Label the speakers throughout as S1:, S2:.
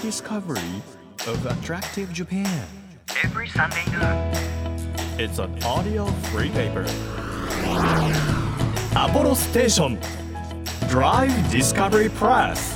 S1: discovery of attractive Japan.
S2: Every Sunday noon.
S1: It's an audio free paper. Apollo Station Drive Discovery Press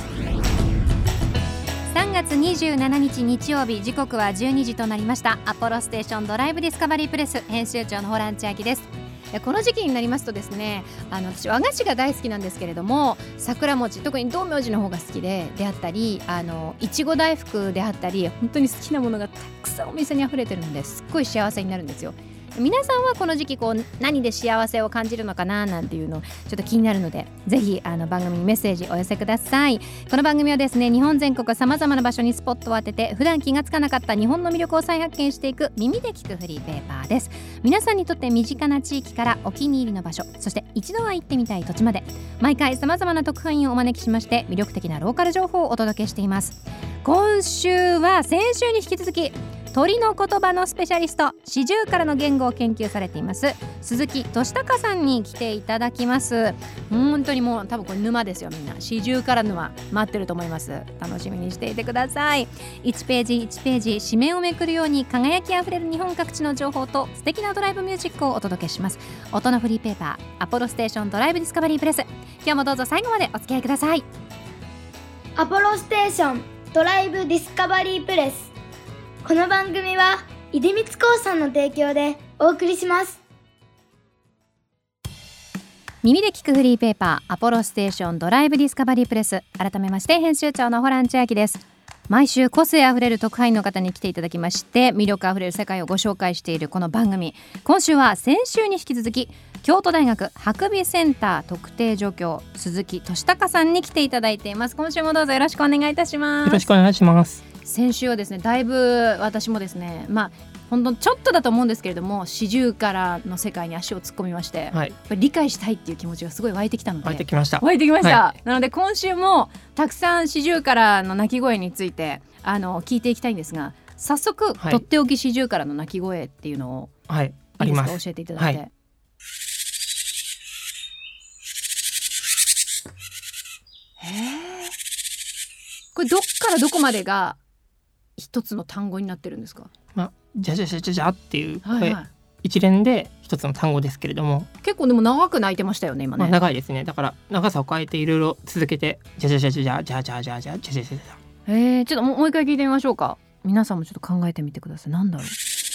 S3: 3月27日日曜日、時刻は12時となりました。アポロステーションドライブディスカバリープレス編集長のホラン千秋です。この時期になりますとですね、私和菓子が大好きなんですけれども、桜餅、特に道明寺の方が好きであったり、いちご大福であったり、本当に好きなものがたくさんお店にあふれてるんですっごい幸せになるんですよ。皆さんはこの時期何で幸せを感じるのかななんていうのちょっと気になるので、ぜひ番組にメッセージお寄せください。この番組はですね、日本全国さまざまな場所にスポットを当てて、普段気がつかなかった日本の魅力を再発見していく耳で聞くフリーペーパーです。皆さんにとって身近な地域からお気に入りの場所、そして一度は行ってみたい土地まで、毎回さまざまな特派員をお招きしまして、魅力的なローカル情報をお届けしています。今週は先週に引き続き、鳥の言葉のスペシャリスト、シジュウカラの言語を研究されています鈴木俊孝さんに来ていただきます。本当にもう多分これ沼ですよ。みんなシジュウカラ沼待ってると思います。楽しみにしていてください。1ページ1ページ紙面をめくるように輝きあふれる日本各地の情報と素敵なドライブミュージックをお届けします。音のフリーペーパー、アポロステーションドライブディスカバリープレス。今日もどうぞ最後までお付き合いください。
S4: アポロステーションドライブディスカバリープレス。この番組は出光興産の提供でお送りします。
S3: 耳で聞くフリーペーパー、アポロステーションドライブディスカバリープレス。改めまして編集長のホラン千秋です。毎週個性あふれる特派員の方に来ていただきまして、魅力あふれる世界をご紹介しているこの番組、今週は先週に引き続き京都大学博美センター特定助教鈴木俊孝さんに来ていただいています。今週もどうぞよろしくお願いいたします。
S5: よろしくお願いします。
S3: 先週はですね、だいぶ私もですね、本当ちょっとだと思うんですけれども、シジュウカラの世界に足を突っ込みまして、やっぱり理解したいっていう気持ちがすごい湧いてきたので、
S5: 湧いてきました、
S3: はい、なので今週もたくさんシジュウカラの鳴き声について聞いていきたいんですが、早速、とっておきシジュウカラの鳴き声っていうのを、
S5: あります。
S3: 教えていただいて。これどっからどこまでが一つの単語になってるんですか？
S5: じゃじゃじゃじゃじゃっていう声、一連で一つの単語ですけれども、
S3: 結構でも長く鳴いてましたよね今ね。
S5: 長いですね。だから長さを変えていろいろ続けて、じゃじゃじゃじゃじゃじゃじゃじゃじゃじゃじゃじゃ。
S3: ちょっともう一回聞いてみましょうか。皆さんもちょっと考えてみてください。なんだろ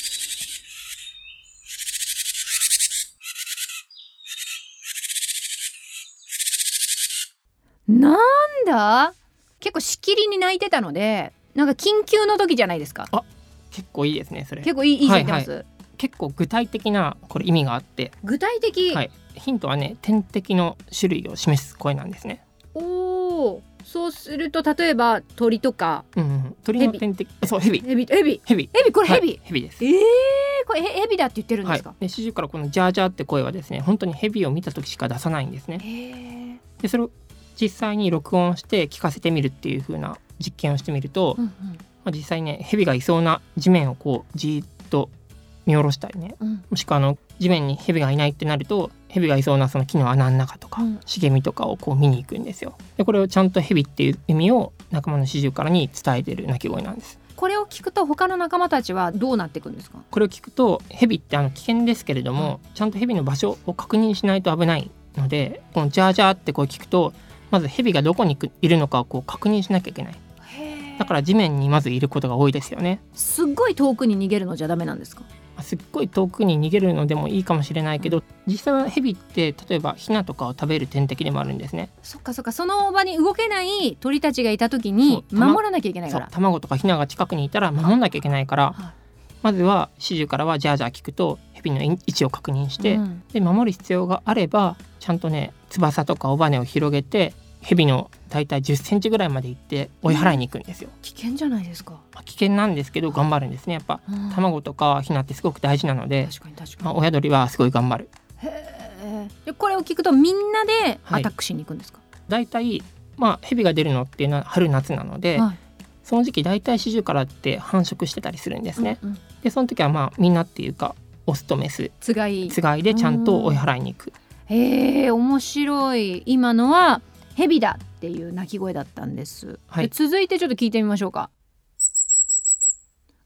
S3: う。なんだ？結構しきりに鳴いてたので、なんか緊急の時じゃないですか。
S5: 結構いいですね。それ
S3: 結構いいじゃんってます、
S5: 結構具体的なこれ意味があって、
S3: 具体的、
S5: ヒントはね、天敵の種類を示す声なんですね。
S3: そうすると例えば鳥とか、
S5: 鳥の天敵、そうヘビこれヘビ、ヘビです。
S3: これヘビだって言ってるんですか？
S5: で、シジュウからこのジャージャーって声はですね、本当にヘビを見た時しか出さないんですね。でそれを実際に録音して聞かせてみるっていう風な実験をしてみると、実際ね、ヘビがいそうな地面をこうじーっと見下ろしたりね、もしくは地面にヘビがいないってなると、ヘビがいそうなその木の穴の中とか、茂みとかをこう見に行くんですよ。でこれをちゃんとヘビっていう意味を仲間のシジュウカラに伝えている鳴き声なんです。
S3: これを聞くと他の仲間たちはどうなっていくんですか？
S5: これを聞くと、ヘビって危険ですけれども、ちゃんとヘビの場所を確認しないと危ないので、このジャージャーって声聞くと、まずヘビがどこにいるのかをこう確認しなきゃいけない。だから地面にまずいることが多いですよね。
S3: すっごい遠くに逃げるのじゃダメなんですか？
S5: すっごい遠くに逃げるのでもいいかもしれないけど、実際はヘビって例えばヒナとかを食べる天敵でもあるんですね。
S3: そっか、その場に動けない鳥たちがいた時に守らなきゃいけないから、
S5: 卵とかヒナが近くにいたら守らなきゃいけないから、まずはシジュウカラはジャージャー聞くとヘビの位置を確認して、で守る必要があればちゃんとね、翼とか尾羽を広げてヘビのだいたい10センチぐらいまで行って追い払いに行くんですよ。
S3: 危険じゃないですか？
S5: 危険なんですけど頑張るんですね。やっぱ、卵とかヒナってすごく大事なので、
S3: 確かに、
S5: 親鳥はすごい頑張る。
S3: でこれを聞くとみんなでアタックしに行くんですか？
S5: だいたいヘビが出るのっていうのは春夏なので、その時期だいたいシジュウカラって繁殖してたりするんですね。でその時はみんなっていうかオスとメスつがいでちゃんと追い払いに行く。
S3: 面白い。今のはヘビだっていう鳴き声だったんです、続いてちょっと聞いてみましょうか。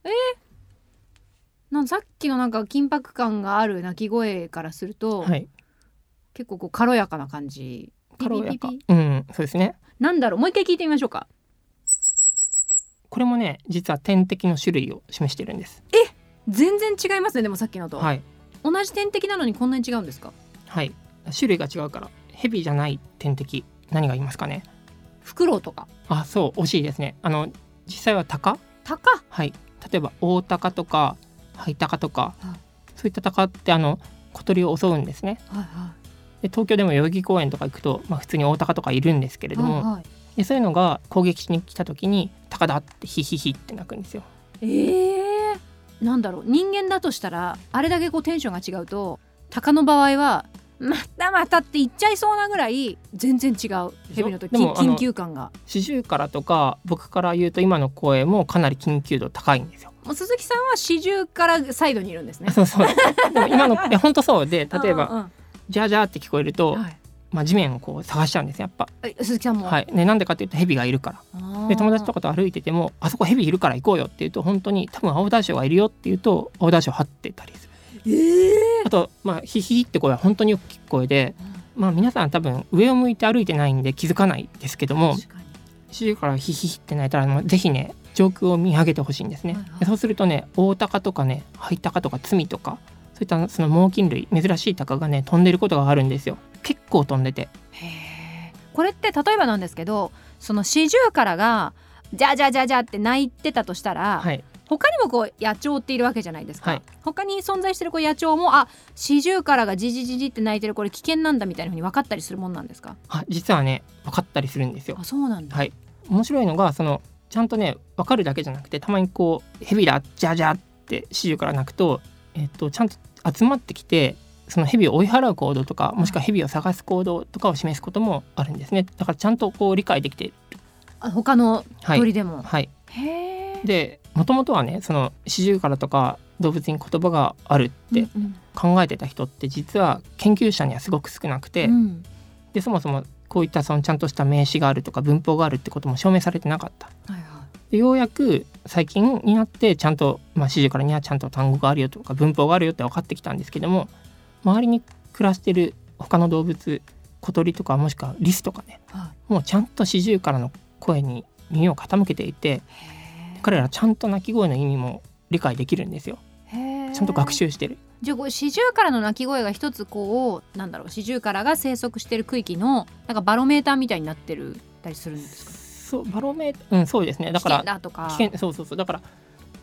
S3: さっきのなんか緊迫感がある鳴き声からすると、
S5: はい、
S3: 結構こう軽やかな感じ。
S5: 軽やか、
S3: ピピピピ
S5: そうですね。
S3: なんだろう、もう一回聞いてみましょうか。
S5: これもね実は天敵の種類を示してるんです。
S3: 全然違いますね。でもさっきのと、
S5: はい
S3: 同じ天敵なのにこんなに違うんですか？
S5: はい、種類が違うから。ヘビじゃない天敵何がいますかね。
S3: フクロウとか。
S5: あ、そう惜しいですね。実際はタカ、
S3: タカ。
S5: はい、例えばオオタカとかハイタカとか、
S3: はい、
S5: そういったタカって小鳥を襲うんですね。
S3: はいは
S5: で東京でも代々木公園とか行くと、普通にオオタカとかいるんですけれ
S3: い
S5: ども、
S3: はいはい。
S5: でそういうのが攻撃しに来た時にタカだってヒヒヒって鳴くんですよ。
S3: なんだろう、人間だとしたらあれだけこうテンションが違うと、タカの場合はまたまたって言っちゃいそうなぐらい全然違う。ヘビの時
S5: でも
S3: 緊急感が。
S5: シジュウカラとか僕から言うと今の声もかなり緊急度高いんですよ。
S3: もう鈴木さんは四十からサイドにいるんですね。
S5: そうそうでも今の本当そうで、例えば
S3: うんうん
S5: ジャージャーって聞こえると、
S3: はい
S5: 地面をこう探しちゃうんですやっぱ。
S3: 鈴木さんも、
S5: はいね、なんでかっていうとヘビがいるからで、友達とかと歩いててもあそこヘビいるから行こうよって言うと、本当に多分青大将がいるよって言うと青大将張ってたりする。あとヒヒヒって声は本当によく聞く声で、皆さん多分上を向いて歩いてないんで気づかないですけども、
S3: 確かに
S5: シジュウカラがヒヒヒって鳴いたらぜひね上空を見上げてほしいんですね。
S3: はいはい
S5: でそうするとねオオタカとかねハイタカとかツミとかそういったその猛禽類珍しいタカがね飛んでることがあるんですよ。結構飛んでて。
S3: これって例えばなんですけど、そのシジュウカラがジャジャジャジャって鳴いてたとしたら、
S5: はい
S3: 他にもこう野鳥っているわけじゃないですか、
S5: はい、
S3: 他に存在してるこう野鳥もシジュウカラがジジジジって鳴いてる、これ危険なんだみたいな風に分かったりするもんなんですか？
S5: 実はね分かったりするんですよ。
S3: そうなんだ。
S5: はい、面白いのがちゃんとね分かるだけじゃなくて、たまにこうヘビだジャジャってシジュウカラ鳴くと、ちゃんと集まってきてそのヘビを追い払う行動とか、もしくはヘビを探す行動とかを示すこともあるんですね。だからちゃんとこう理解できている。
S3: 他の鳥でも、
S5: はい、
S3: へー。
S5: でもともとはねそのシジュウカラとか動物に言葉があるって考えてた人って実は研究者にはすごく少なくて、でそもそもこういったちゃんとした名詞があるとか文法があるってことも証明されてなかった。
S3: はいはい、
S5: でようやく最近になってちゃんと、シジュウカラにはちゃんと単語があるよとか文法があるよって分かってきたんですけども、周りに暮らしてる他の動物、小鳥とかもしくはリスとかね、もうちゃんとシジュウカラの声に耳を傾けていて、彼らちゃんと鳴き声の意味も理解できるんですよ。ちゃんと学習してる。
S3: じゃあシジュウカラの鳴き声が一つこうシジュウカラが生息している区域のなんかバロメーターみたいになってるたりするんですか？
S5: そうバロメーター、そうですね。だから
S3: 危険だとか
S5: 危険、そうだから、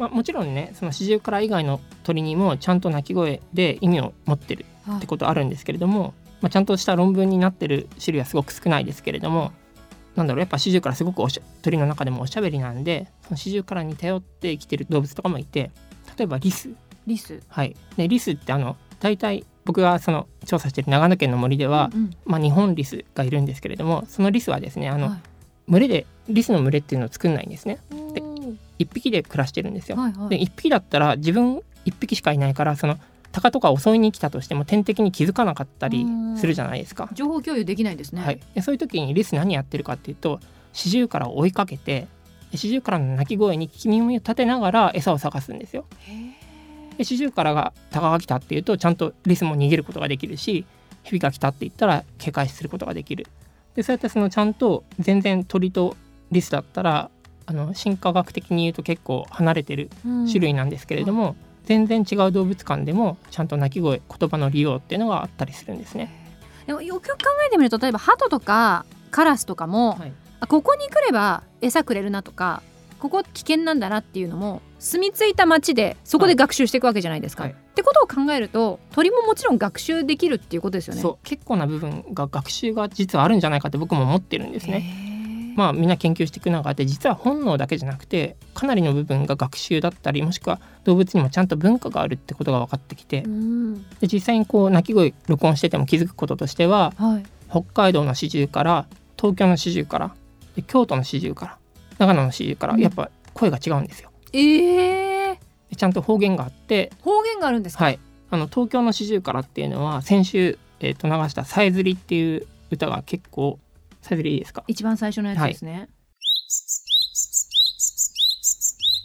S5: もちろんねそのシジュウカラ以外の鳥にもちゃんと鳴き声で意味を持ってるってことあるんですけれども、ちゃんとした論文になってる種類はすごく少ないですけれども、やっぱシジュウカラすごく鳥の中でもおしゃべりなんで、そのシジュウカラに頼って生きてる動物とかもいて、例えばリス、はい、でリスって大体僕がその調査している長野県の森では、日本リスがいるんですけれども、そのリスはですね群れでリスの群れっていうのを作んないんですね。で1匹で暮らしてるんですよ。で1匹だったら自分1匹しかいないから、そのタカとか襲いに来たとしても天敵に気づかなかったりするじゃないですか。
S3: 情報共有できないですね。
S5: はい、でそういう時にリス何やってるかっていうと、シジュウカラを追いかけて、シジュウカラの鳴き声に耳を立てながら餌を探すんですよ。でシジュウカラがタカが来たっていうとちゃんとリスも逃げることができるし、ヘビが来たって言ったら警戒することができる。でそうやってちゃんと全然鳥とリスだったら進化学的に言うと結構離れてる種類なんですけれども、全然違う動物館でもちゃんと鳴き声、言葉の利用っていうのがあったりするんですね。
S3: でもよくよく考えてみると、例えばハトとかカラスとかも、ここに来れば餌くれるなとか、ここ危険なんだなっていうのも住み着いた町でそこで学習していくわけじゃないですか、ってことを考えると鳥ももちろん学習できるっていうことですよね。
S5: そう、結構な部分が学習が実はあるんじゃないかって僕も思ってるんですね。みんな研究していく中で実は本能だけじゃなくてかなりの部分が学習だったり、もしくは動物にもちゃんと文化があるってことが分かってきて、で実際に鳴き声録音してても気づくこととしては、北海道のシジュウカラ、東京のシジュウカラ、で京都のシジュウカラ、長野のシジュウカラ、やっぱ声が違うんですよ。でちゃんと方言があって。
S3: 方言があるんですか？
S5: はい、東京のシジュウカラっていうのは先週、流したさえずりっていう歌が結構、さえずりいいですか？
S3: 一番最初のやつですね、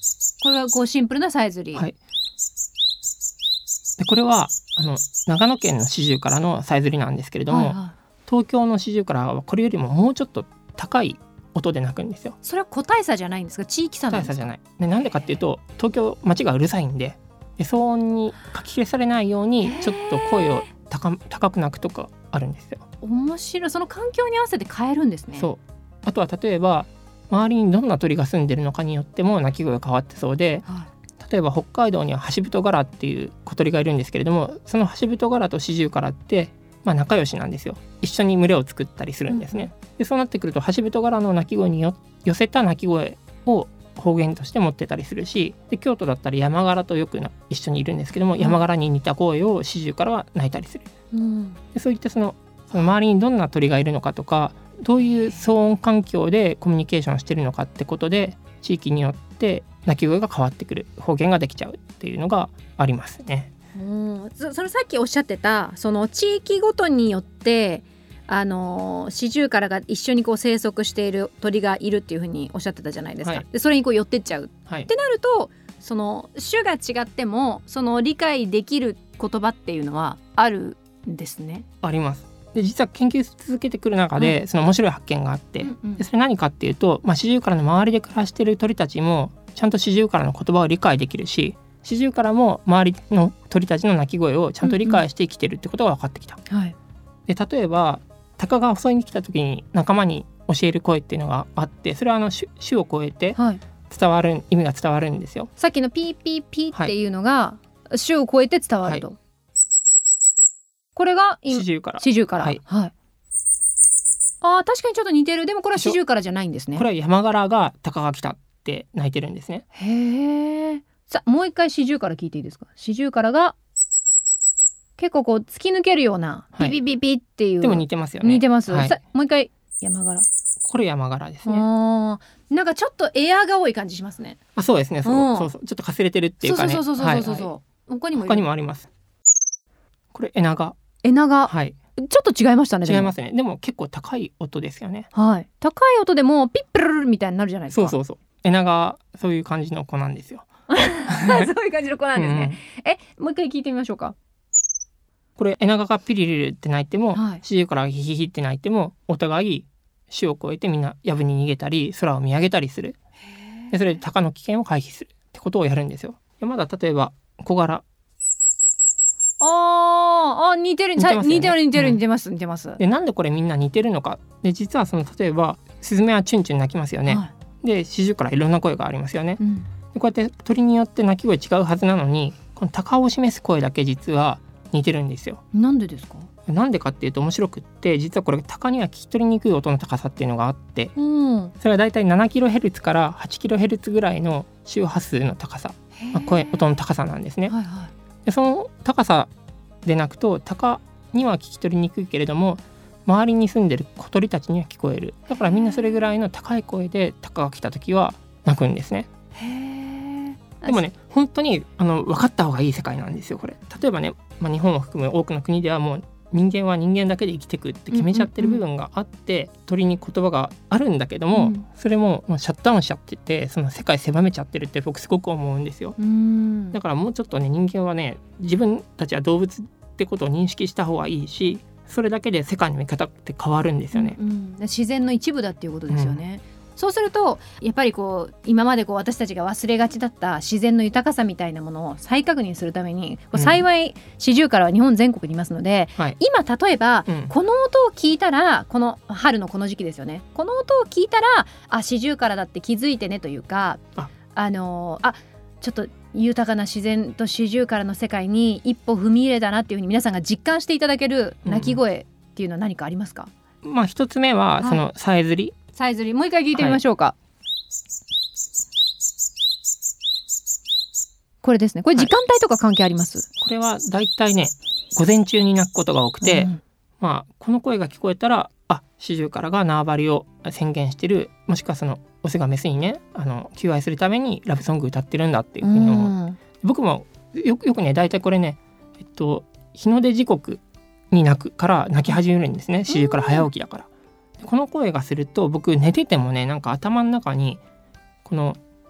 S3: これはこうシンプルなさえずり、
S5: はい、でこれは長野県のシジュウカラのさえずりなんですけれども、
S3: はいはい、
S5: 東京のシジュウカラはこれよりももうちょっと高い音で鳴くんですよ。
S3: それは個体差じゃないんですか、地域差なんですか？
S5: 個体差じゃない。でなんでかっていうと東京街がうるさいんで、騒音にかき消されないようにちょっと声を高く鳴くとかあるんですよ。
S3: 面白い。その環境に合わせて変えるんですね。
S5: そう。あとは例えば周りにどんな鳥が住んでるのかによっても鳴き声が変わってそうで、
S3: はい、
S5: 例えば北海道にはハシブトガラっていう小鳥がいるんですけれども、そのハシブトガラとシジュウカラって、仲良しなんですよ。一緒に群れを作ったりするんですね、でそうなってくるとハシブトガラの鳴き声に寄せた鳴き声を方言として持ってたりするし、で京都だったらヤマガラとよく一緒にいるんですけども、ヤマガラに似た声をシジュウカラは鳴いたりする、でそういったその周りにどんな鳥がいるのかとか、どういう騒音環境でコミュニケーションしてるのかってことで地域によって鳴き声が変わってくる、方言ができちゃうっていうのがありますね。
S3: そのさっきおっしゃってたその地域ごとによってシジュウカラが一緒にこう生息している鳥がいるっていうふうにおっしゃってたじゃないですか、はい、でそれにこう寄ってっちゃう、はい、ってなるとその種が違ってもその理解できる言葉っていうのはあるんですね。
S5: あります。で実は研究続けてくる中で、その面白い発見があって、でそれ何かっていうと、シジュウカラの周りで暮らしている鳥たちもちゃんとシジュウカラの言葉を理解できるし、シジュウカラも周りの鳥たちの鳴き声をちゃんと理解して生きてるってことが分かってきた、はい、で例えばタカが襲いに来た時に仲間に教える声っていうのがあって、それは種を超えて伝わる、はい、意味が伝わるんですよ。
S3: さっきのピーピーピーっていうのが種を超えて伝わると、はい、これが
S5: シジュウカラ、
S3: はいはい、確かにちょっと似てる。でもこれはシジュウカラじゃないんですね。
S5: これはヤマガラがタカが来たって鳴いてるんですね。
S3: へー。さあもう一回シジュウカラ聞いていいですか。シジュウカラが結構こう突き抜けるようなビビビビっていう、
S5: でも似てますよね。
S3: 似てます、
S5: はい、
S3: さもう一回ヤマガラ。
S5: これヤマガラですね。
S3: なんかちょっとエアが多い感じしますね。
S5: そうですね、そうちょっとかすれてるっていうかね。
S3: そう、他にも
S5: あります。これエナガ、はい、
S3: ちょっと違いましたね。
S5: 違いますね。でも結構高い音ですよね。
S3: はい、高い音でもピップルルみたいになるじゃないですか。
S5: そうエナガそういう感じの子なんですよ。
S3: そういう感じの子なんですね、もう一回聞いてみましょうか。
S5: これエナガがピリリルって鳴いても、シジュウカラがヒヒヒって鳴いても、お互い種を越えてみんな藪に逃げたり空を見上げたりする。でそれで鷹の危険を回避するってことをやるんですよ。まだ例えば小柄、
S3: 似てる、似てます。
S5: でなんでこれみんな似てるのか。で実は例えばスズメはチュンチュン鳴きますよね、はい、でシジュウカラいろんな声がありますよね、でこうやって鳥によって鳴き声違うはずなのに、この鷹を示す声だけ実は似てるんですよ。
S3: なんでですか。
S5: なんでかっていうと面白くって、実はこれ鷹には聞き取りにくい音の高さっていうのがあって、それはだいたい 7kHz から 8kHz ぐらいの周波数の高さ、音の高さなんですね、はいはい、でその高さで鳴くと鷹には聞き取りにくいけれども、周りに住んでる小鳥たちには聞こえる。だからみんなそれぐらいの高い声で鷹が来た時は鳴くんですね。でもね、本当に分かった方がいい世界なんですよこれ。例えばね、日本を含む多くの国ではもう人間は人間だけで生きていくって決めちゃってる部分があって、鳥に言葉があるんだけども、それもシャットダウンしちゃってて、その世界狭めちゃってるって僕すごく思うんですよ。だからもうちょっとね、人間はね、自分たちは動物ってことを認識した方がいいし、それだけで世界の見方って変わるんですよね、
S3: 自然の一部だっていうことですよね、そうするとやっぱりこう今までこう私たちが忘れがちだった自然の豊かさみたいなものを再確認するために、幸いシジュウカラは日本全国にいますので、今例えば、この音を聞いたら、この春のこの時期ですよね、この音を聞いたらシジュウカラだって気づいてねというか、ちょっと豊かな自然とシジュウカラの世界に一歩踏み入れたなっていうふうに皆さんが実感していただける鳴き声っていうのは何かありますか。
S5: 一つ目はそのさえずり、
S3: もう一回聞いてみましょうか、これですね。これ時間帯とか関係あります。
S5: これはだいたいね、午前中に鳴くことが多くて、この声が聞こえたらシジュウカラが縄張りを宣言してる、もしくはそのオスがメスにね求愛するためにラブソング歌ってるんだっていうふうに思う。僕もよくね、だいたいこれね、日の出時刻に鳴くから鳴き始めるんですね。シジュウカラ早起きだから。この声がすると僕寝ててもね、なんか頭の中にこの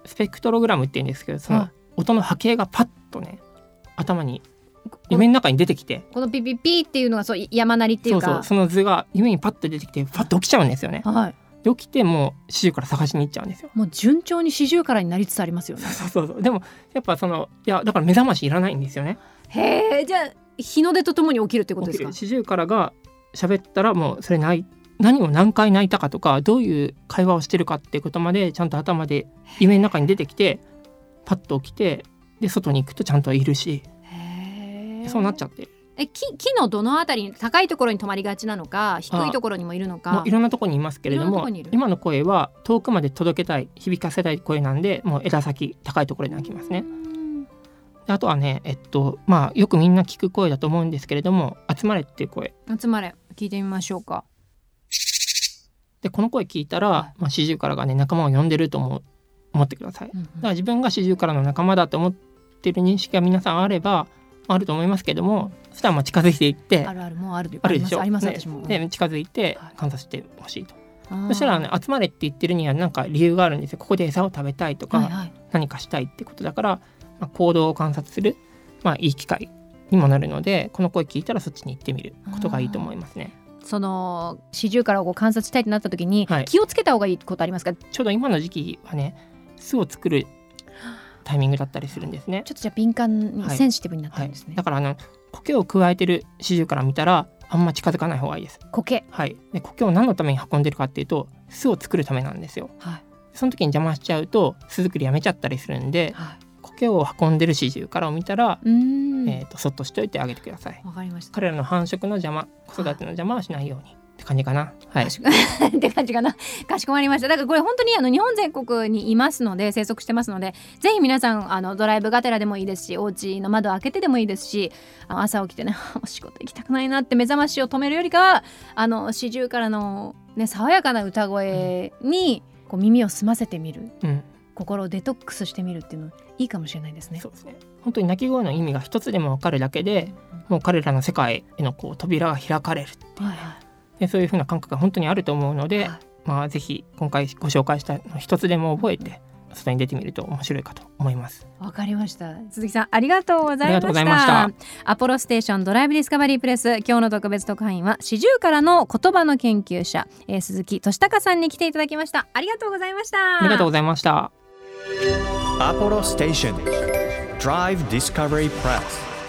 S5: スペクトログラムっていうんですけど、その音の波形がパッとね頭に夢の中に出てきて、
S3: このピピピっていうのがそう山なりっていうか、
S5: その図が夢にパッと出てきてパッと起きちゃうんですよね。
S3: はい、
S5: で起きてもうシジュウカラ探しに行っちゃうんですよ。
S3: もう順調にシジュウカラになりつつありますよね。
S5: そうでもやっぱいやだから目覚ましいらないんですよね。
S3: へえ、じゃあ日の出とともに起きるってことですか。
S5: シジュウカラが喋ったらもうそれ何を何回泣いたかとか、どういう会話をしてるかっていうことまでちゃんと頭で夢の中に出てきて、パッと起きて、で外に行くとちゃんといるし、そうなっちゃって。
S3: 木のどのあたりに、高いところに止まりがちなのか低いところにもいるのか、
S5: もういろんなところにいますけれども、今の声は遠くまで届けたい、響かせたい声なんで、もう枝先高いところに鳴きますね。あとはね、よくみんな聞く声だと思うんですけれども、集まれっていう声。
S3: 集まれ、聞いてみましょうか。
S5: でこの声聞いたら、シジュウカラがね仲間を呼んでると思ってください。だから自分がシジュウカラの仲間だと思ってる認識が皆さんあればあると思いますけども、そしたら近づいていって、
S3: もうある
S5: でしょ、
S3: あります、私も。
S5: で近づいて観察してほしいと。そしたらね、集まれって言ってるには何か理由があるんですよ。ここで餌を食べたいとか、何かしたいってことだから、行動を観察する、いい機会にもなるので、この声聞いたらそっちに行ってみることがいいと思いますね。
S3: そのシジュウカラを観察したいとなった時に、気をつけた方がいいことありますか。
S5: ちょうど今の時期はね、巣を作るタイミングだったりするんですね。
S3: ちょっとじゃあ敏感に、センシティブになってるんですね。
S5: だから苔を加えてるシジュウカラ見たらあんま近づかない方がいいです。
S3: 苔、
S5: で苔を何のために運んでるかっていうと、巣を作るためなんですよ。その時に邪魔しちゃうと巣作りやめちゃったりするんで、苔を運んでるシジュウカラを見たら、そっとしといてあげてください。
S3: わかりました。
S5: 彼らの繁殖の邪魔、子育ての邪魔はしないようにって感じかな。
S3: って感じかな。かしこまりました。だからこれ本当に日本全国にいますので、生息してますので、ぜひ皆さんドライブがてらでもいいですし、お家の窓を開けてでもいいですし、朝起きてねお仕事行きたくないなって目覚ましを止めるよりかは、シジュウカラの、爽やかな歌声にこう耳を澄ませてみる、心をデトックスしてみるっていうのいいかもしれないですね。
S5: そうですね。本当に鳴き声の意味が一つでも分かるだけで、もう彼らの世界への扉が開かれるっていう、でそういう風な感覚が本当にあると思うので、ぜひ今回ご紹介したの一つでも覚えて外に出てみると面白いかと思います。
S3: わかりました。鈴木さんありがとうございました。アポロステーションドライブディスカバリープレス、今日の特別特派員はシジュウカラの言葉の研究者、鈴木俊孝さんに来ていただきました。ありがとうございました。
S5: ありがとうございました。
S1: アポロステーション Drive Discovery Press。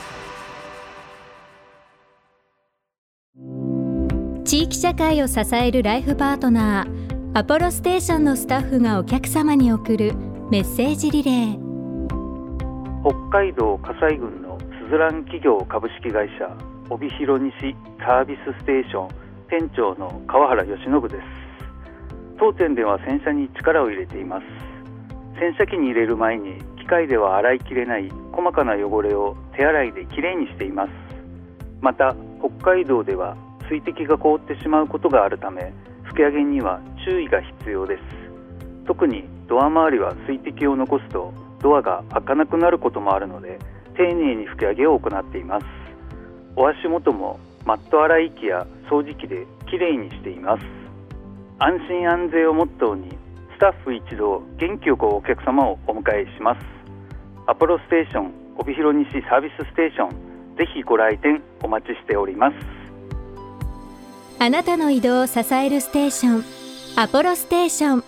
S6: 地域社会を支えるライフパートナー、アポロステーションのスタッフがお客様に送るメッセージリレー。
S7: 北海道葛西郡のスズラン企業株式会社帯広西サービスステーション店長の川原義信です。当店では洗車に力を入れています。洗車機に入れる前に機械では洗いきれない細かな汚れを手洗いできれいにしています。また北海道では水滴が凍ってしまうことがあるため、拭き上げには注意が必要です。特にドア周りは水滴を残すとドアが開かなくなることもあるので、丁寧に拭き上げを行っています。お足元もマット洗い機や掃除機できれいにしています。安心安全をモットーにスタッフ一同元気よくお客様をお迎えします。アポロステーション帯広西サービスステーション、ぜひご来店お待ちしております。
S6: あなたの移動を支えるステーション、アポロステーション。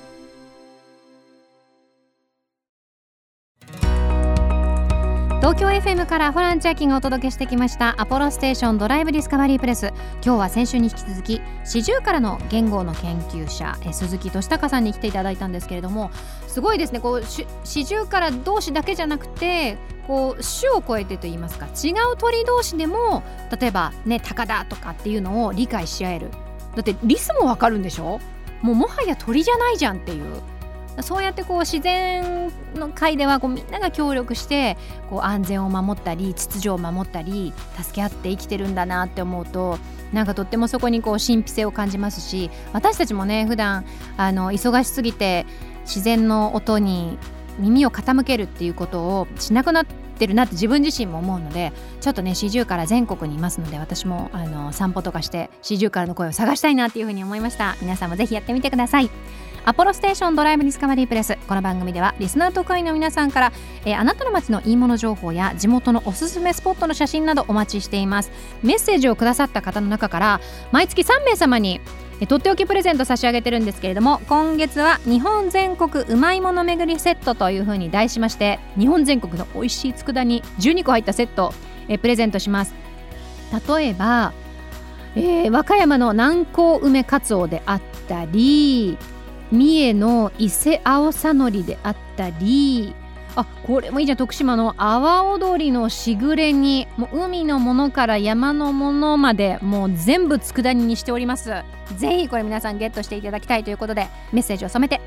S3: 東京 FM からホラン千秋がお届けしてきましたアポロステーションドライブディスカバリープレス。今日は先週に引き続きシジュウカラの言語の研究者鈴木俊孝さんに来ていただいたんですけれども、すごいですね。こうシジュウカラ同士だけじゃなくて、こう種を超えてといいますか、違う鳥同士でも例えばね、タカだとかっていうのを理解し合える。だってリスもわかるんでしょ。もはや鳥じゃないじゃんっていう、そうやってこう自然の界ではこうみんなが協力してこう安全を守ったり秩序を守ったり助け合って生きてるんだなって思うと、なんかとってもそこにこう神秘性を感じますし、私たちもね普段忙しすぎて自然の音に耳を傾けるっていうことをしなくなってるなって自分自身も思うので、ちょっとねシジュウカラ全国にいますので、私も散歩とかしてシジュウカラの声を探したいなっていうふうに思いました。皆さんもぜひやってみてください。 アポロステーションドライブディスカバリープレス。この番組ではリスナー特派員の皆さんから、あなたの街のいいもの情報や地元のおすすめスポットの写真などお待ちしています。メッセージをくださった方の中から毎月3名様にとっておきプレゼント差し上げてるんですけれども、今月は日本全国うまいもの巡りセットというふうに題しまして、日本全国の美味しい佃煮12個入ったセットプレゼントします。例えば、和歌山の南高梅かつおであったり、三重の伊勢青さのりであったり、これもいいじゃん、徳島の阿波踊りのしぐれ煮、もう海のものから山のものまでもう全部佃煮にしております。ぜひこれ皆さんゲットしていただきたいということで、メッセージを添えて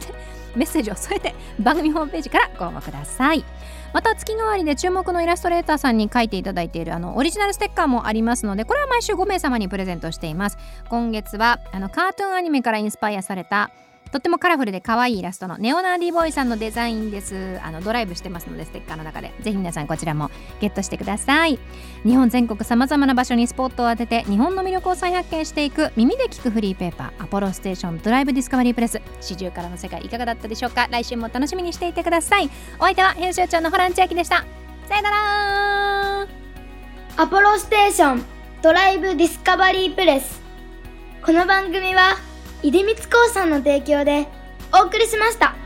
S3: 番組ホームページからご応募ください。また月替わりで注目のイラストレーターさんに書いていただいているオリジナルステッカーもありますので、これは毎週5名様にプレゼントしています。今月はカートゥーンアニメからインスパイアされたとってもカラフルで可愛いイラストのネオナーディボーイさんのデザインです。ドライブしてますので、ステッカーの中でぜひ皆さんこちらもゲットしてください。日本全国さまざまな場所にスポットを当てて日本の魅力を再発見していく耳で聞くフリーペーパー、アポロステーションドライブディスカバリープレス。四十からの世界いかがだったでしょうか。来週も楽しみにしていてください。お相手は編集長のホラン千秋でした。さよなら。
S4: アポロステーションドライブディスカバリープレス。この番組は出光興産の提供でお送りしました。